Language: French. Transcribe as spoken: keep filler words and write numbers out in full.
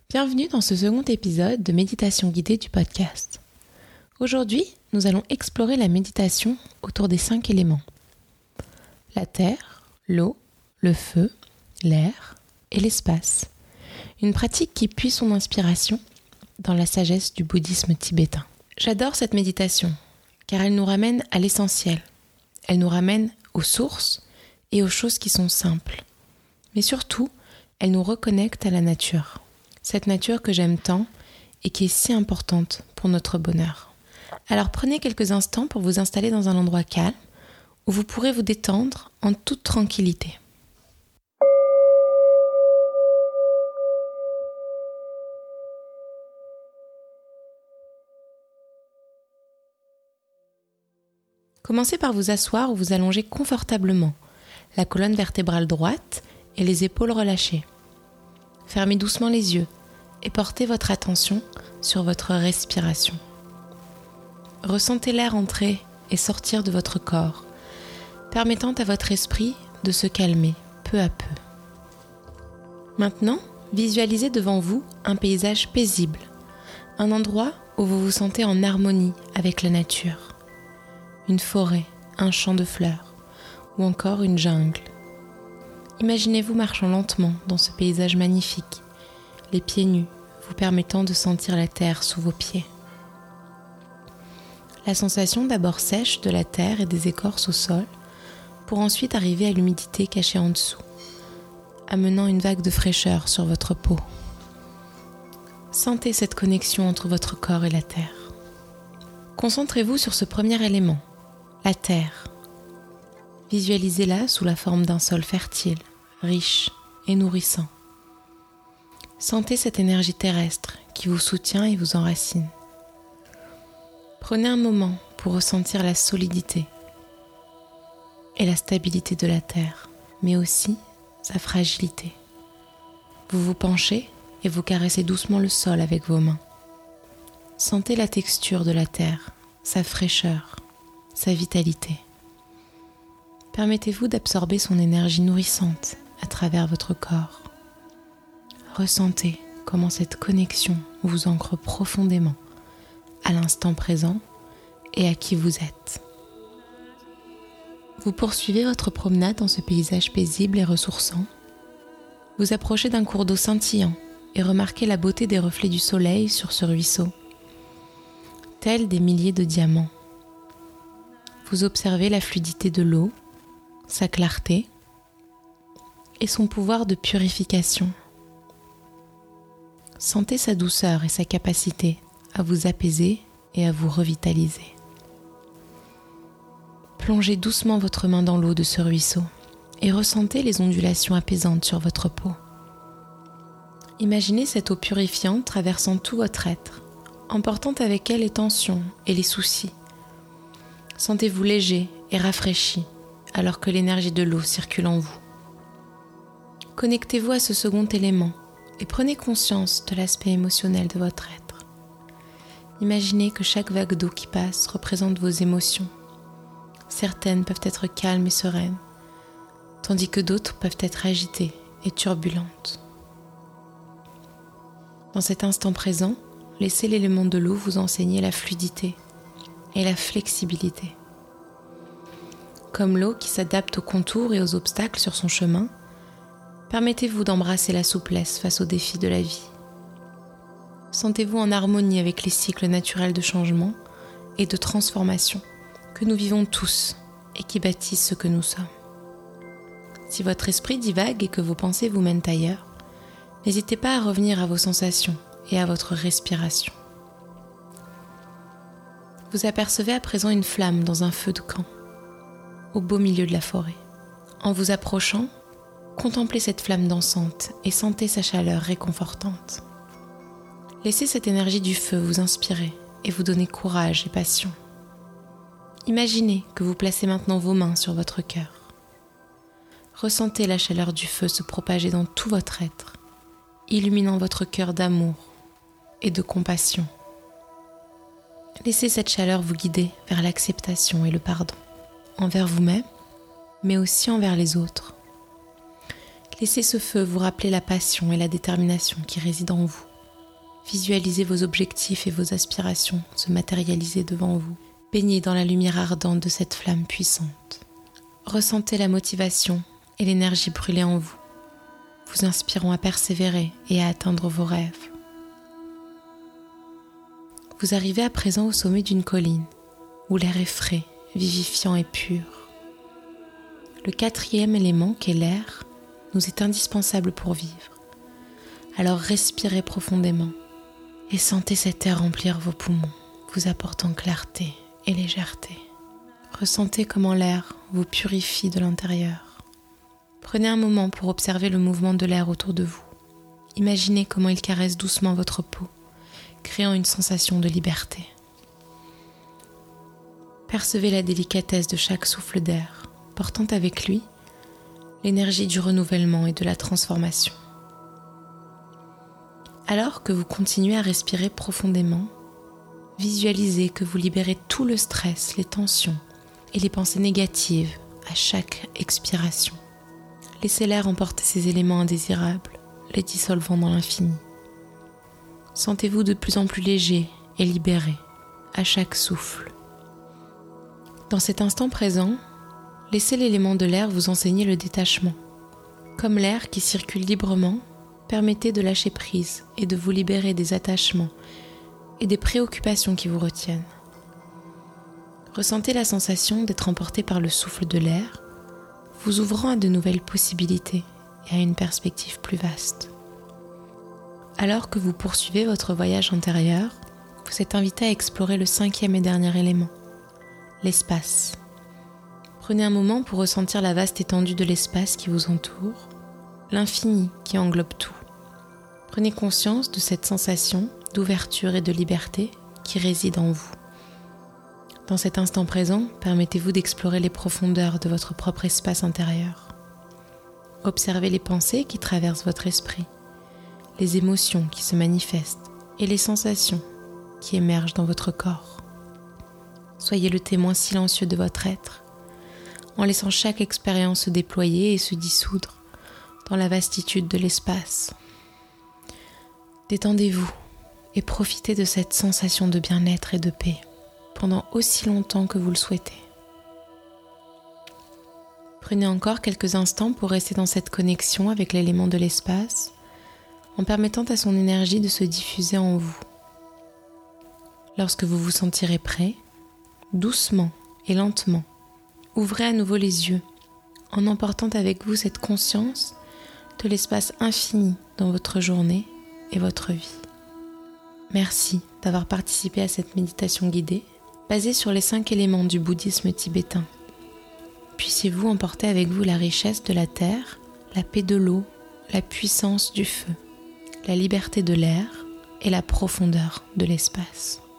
Bienvenue dans ce second épisode de méditation guidée du podcast. Aujourd'hui, nous allons explorer la méditation autour des cinq éléments. La terre, l'eau, le feu, l'air et l'espace. Une pratique qui puise son inspiration dans la sagesse du bouddhisme tibétain. J'adore cette méditation car elle nous ramène à l'essentiel. Elle nous ramène aux sources et aux choses qui sont simples. Mais surtout, elle nous reconnecte à la nature. Cette nature que j'aime tant et qui est si importante pour notre bonheur. Alors prenez quelques instants pour vous installer dans un endroit calme où vous pourrez vous détendre en toute tranquillité. Commencez par vous asseoir ou vous allonger confortablement, la colonne vertébrale droite et les épaules relâchées. Fermez doucement les yeux et portez votre attention sur votre respiration. Ressentez l'air entrer et sortir de votre corps, permettant à votre esprit de se calmer peu à peu. Maintenant, visualisez devant vous un paysage paisible, un endroit où vous vous sentez en harmonie avec la nature. Une forêt, un champ de fleurs ou encore une jungle. Imaginez-vous marchant lentement dans ce paysage magnifique, les pieds nus, vous permettant de sentir la terre sous vos pieds. La sensation d'abord sèche de la terre et des écorces au sol, pour ensuite arriver à l'humidité cachée en dessous, amenant une vague de fraîcheur sur votre peau. Sentez cette connexion entre votre corps et la terre. Concentrez-vous sur ce premier élément, la terre. Visualisez-la sous la forme d'un sol fertile, riche et nourrissant. Sentez cette énergie terrestre qui vous soutient et vous enracine. Prenez un moment pour ressentir la solidité et la stabilité de la terre, mais aussi sa fragilité. Vous vous penchez et vous caressez doucement le sol avec vos mains. Sentez la texture de la terre, sa fraîcheur, sa vitalité. Permettez-vous d'absorber son énergie nourrissante à travers votre corps. Ressentez comment cette connexion vous ancre profondément à l'instant présent et à qui vous êtes. Vous poursuivez votre promenade dans ce paysage paisible et ressourçant. Vous approchez d'un cours d'eau scintillant et remarquez la beauté des reflets du soleil sur ce ruisseau, tels des milliers de diamants. Vous observez la fluidité de l'eau, sa clarté et son pouvoir de purification. Sentez sa douceur et sa capacité à vous apaiser et à vous revitaliser. Plongez doucement votre main dans l'eau de ce ruisseau et ressentez les ondulations apaisantes sur votre peau. Imaginez cette eau purifiante traversant tout votre être, emportant avec elle les tensions et les soucis. Sentez-vous léger et rafraîchi alors que l'énergie de l'eau circule en vous. Connectez-vous à ce second élément et prenez conscience de l'aspect émotionnel de votre être. Imaginez que chaque vague d'eau qui passe représente vos émotions. Certaines peuvent être calmes et sereines, tandis que d'autres peuvent être agitées et turbulentes. Dans cet instant présent, laissez l'élément de l'eau vous enseigner la fluidité et la flexibilité. Comme l'eau qui s'adapte aux contours et aux obstacles sur son chemin, permettez-vous d'embrasser la souplesse face aux défis de la vie. Sentez-vous en harmonie avec les cycles naturels de changement et de transformation que nous vivons tous et qui bâtissent ce que nous sommes. Si votre esprit divague et que vos pensées vous mènent ailleurs, n'hésitez pas à revenir à vos sensations et à votre respiration. Vous apercevez à présent une flamme dans un feu de camp, au beau milieu de la forêt. En vous approchant, contemplez cette flamme dansante et sentez sa chaleur réconfortante. Laissez cette énergie du feu vous inspirer et vous donner courage et passion. Imaginez que vous placez maintenant vos mains sur votre cœur. Ressentez la chaleur du feu se propager dans tout votre être, illuminant votre cœur d'amour et de compassion. Laissez cette chaleur vous guider vers l'acceptation et le pardon, envers vous-même, mais aussi envers les autres. Laissez ce feu vous rappeler la passion et la détermination qui résident en vous Visualisez vos objectifs et vos aspirations se matérialiser devant vous. Baignez dans la lumière ardente de cette flamme puissante. Ressentez la motivation et l'énergie brûler en vous, vous inspirant à persévérer et à atteindre vos rêves. Vous arrivez à présent au sommet d'une colline, où l'air est frais, vivifiant et pur. Le quatrième élément, qu'est l'air, nous est indispensable pour vivre. Alors respirez profondément et sentez cet air remplir vos poumons, vous apportant clarté et légèreté. Ressentez comment l'air vous purifie de l'intérieur. Prenez un moment pour observer le mouvement de l'air autour de vous. Imaginez comment il caresse doucement votre peau, créant une sensation de liberté. Percevez la délicatesse de chaque souffle d'air, portant avec lui l'énergie du renouvellement et de la transformation. Alors que vous continuez à respirer profondément, visualisez que vous libérez tout le stress, les tensions et les pensées négatives à chaque expiration. Laissez l'air emporter ces éléments indésirables, les dissolvant dans l'infini. Sentez-vous de plus en plus léger et libéré à chaque souffle. Dans cet instant présent, laissez l'élément de l'air vous enseigner le détachement. Comme l'air qui circule librement, permettez de lâcher prise et de vous libérer des attachements et des préoccupations qui vous retiennent. Ressentez la sensation d'être emporté par le souffle de l'air, vous ouvrant à de nouvelles possibilités et à une perspective plus vaste. Alors que vous poursuivez votre voyage intérieur, vous êtes invité à explorer le cinquième et dernier élément, l'espace. Prenez un moment pour ressentir la vaste étendue de l'espace qui vous entoure, l'infini qui englobe tout. Prenez conscience de cette sensation d'ouverture et de liberté qui réside en vous. Dans cet instant présent, permettez-vous d'explorer les profondeurs de votre propre espace intérieur. Observez les pensées qui traversent votre esprit, les émotions qui se manifestent et les sensations qui émergent dans votre corps. Soyez le témoin silencieux de votre être, en laissant chaque expérience se déployer et se dissoudre dans la vastitude de l'espace. Détendez-vous et profitez de cette sensation de bien-être et de paix pendant aussi longtemps que vous le souhaitez. Prenez encore quelques instants pour rester dans cette connexion avec l'élément de l'espace, en permettant à son énergie de se diffuser en vous. Lorsque vous vous sentirez prêt, doucement et lentement, ouvrez à nouveau les yeux, en emportant avec vous cette conscience de l'espace infini dans votre journée et votre vie. Merci d'avoir participé à cette méditation guidée, basée sur les cinq éléments du bouddhisme tibétain. Puissiez-vous emporter avec vous la richesse de la terre, la paix de l'eau, la puissance du feu, la liberté de l'air et la profondeur de l'espace.